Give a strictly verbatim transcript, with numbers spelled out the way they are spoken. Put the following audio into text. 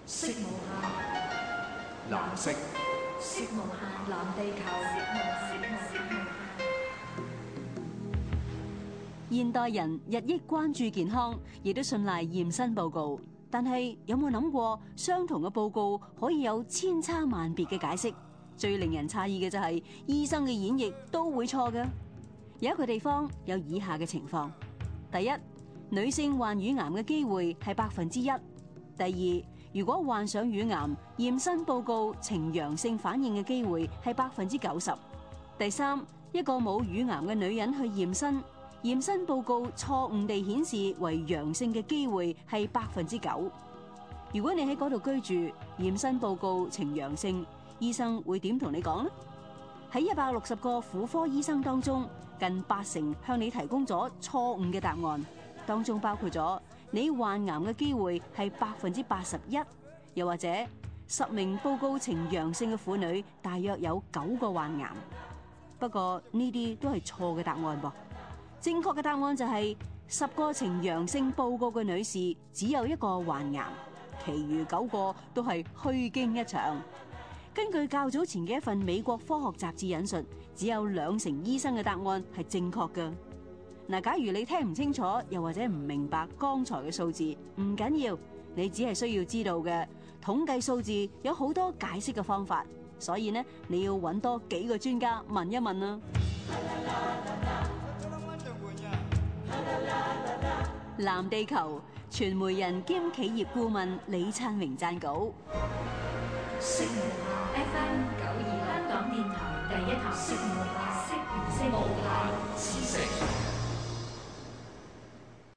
色無限， 藍色， 色無限，藍地球。 現代人日益關注健康，亦都信賴驗身報告。但係有冇諗過，相同嘅報告可以有千差萬別嘅解釋？最令人詫異嘅就係，醫生嘅演繹都會錯嘅。有一個地方有以下嘅情況：第一，女性患乳癌嘅機會係百分之一；第二，如果患上乳癌，驗身報告呈陽性反應嘅機會係百分之九十；第三，一個冇乳癌嘅女人去驗身，驗身報告錯誤地顯示為陽性嘅機會係百分之九。如果你喺嗰度居住，驗身報告呈陽性，醫生會點同你講呢？喺一百六十個婦科醫生當中，近八成向你提供咗錯誤嘅答案，當中包括咗你患癌嘅機會係百分之八十一，又或者十名報告呈陽性嘅婦女，大約有九個患癌。不過呢啲都係錯嘅答案噃。正確嘅答案就係十個呈陽性報告嘅女士，只有一個患癌，其餘九個都係虛驚一場。根據較早前嘅一份美國科學雜誌引述，只有兩成醫生嘅答案係正確㗎。嗱，假如你聽唔清楚，又或者唔明白剛才嘅數字，唔緊要，你只係需要知道嘅統計數字有好多解釋嘅方法，所以呢，你要揾多幾個專家問一問啦。藍地球傳媒人兼企業顧問李燦榮撰稿。 色無限 F M 九二香港電台第一台，色無限，色無限，知識。